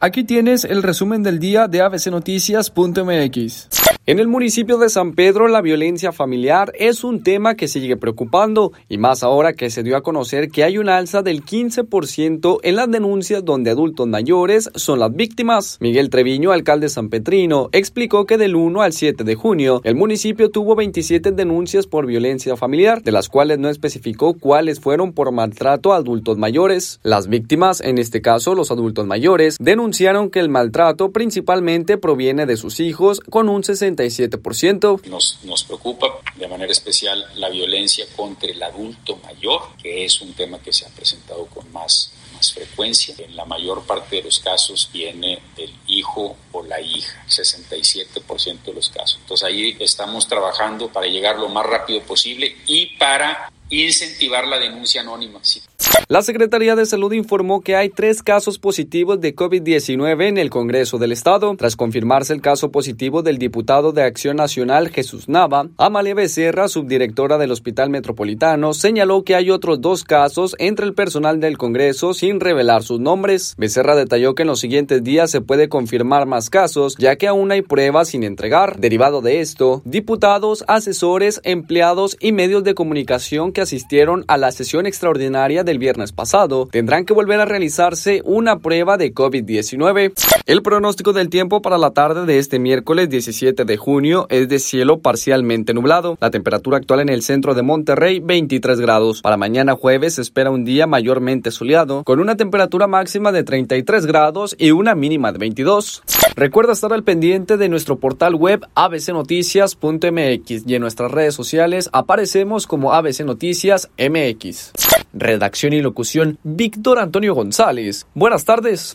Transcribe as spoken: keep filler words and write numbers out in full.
Aquí tienes el resumen del día de a b c noticias punto m x. En el municipio de San Pedro, la violencia familiar es un tema que sigue preocupando, y más ahora que se dio a conocer que hay un alza del quince por ciento en las denuncias donde adultos mayores son las víctimas. Miguel Treviño, alcalde sanpetrino, explicó que del uno al siete de junio, el municipio tuvo veintisiete denuncias por violencia familiar, de las cuales no especificó cuáles fueron por maltrato a adultos mayores. Las víctimas, en este caso los adultos mayores, denunciaron que el maltrato principalmente proviene de sus hijos con un sesenta y siete por ciento. Nos, nos preocupa de manera especial la violencia contra el adulto mayor, que es un tema que se ha presentado con más, más frecuencia. En la mayor parte de los casos viene del hijo o la hija, sesenta y siete por ciento de los casos. Entonces ahí estamos trabajando para llegar lo más rápido posible y para incentivar la denuncia anónima. Sí. La Secretaría de Salud informó que hay tres casos positivos de COVID diecinueve en el Congreso del Estado. Tras confirmarse el caso positivo del diputado de Acción Nacional Jesús Nava, Amalia Becerra, subdirectora del Hospital Metropolitano, señaló que hay otros dos casos entre el personal del Congreso sin revelar sus nombres. Becerra detalló que en los siguientes días se puede confirmar más casos, ya que aún hay pruebas sin entregar. Derivado de esto, diputados, asesores, empleados y medios de comunicación que asistieron a la sesión extraordinaria del viernes pasado tendrán que volver a realizarse una prueba de COVID diecinueve. El pronóstico del tiempo para la tarde de este miércoles diecisiete de junio es de cielo parcialmente nublado. La temperatura actual en el centro de Monterrey, veintitrés grados. Para mañana jueves se espera un día mayormente soleado, con una temperatura máxima de treinta y tres grados y una mínima de veintidós. Recuerda estar al pendiente de nuestro portal web a b c noticias punto m x y en nuestras redes sociales aparecemos como A B C Noticias M X. Redacción y locución, Víctor Antonio González. Buenas tardes.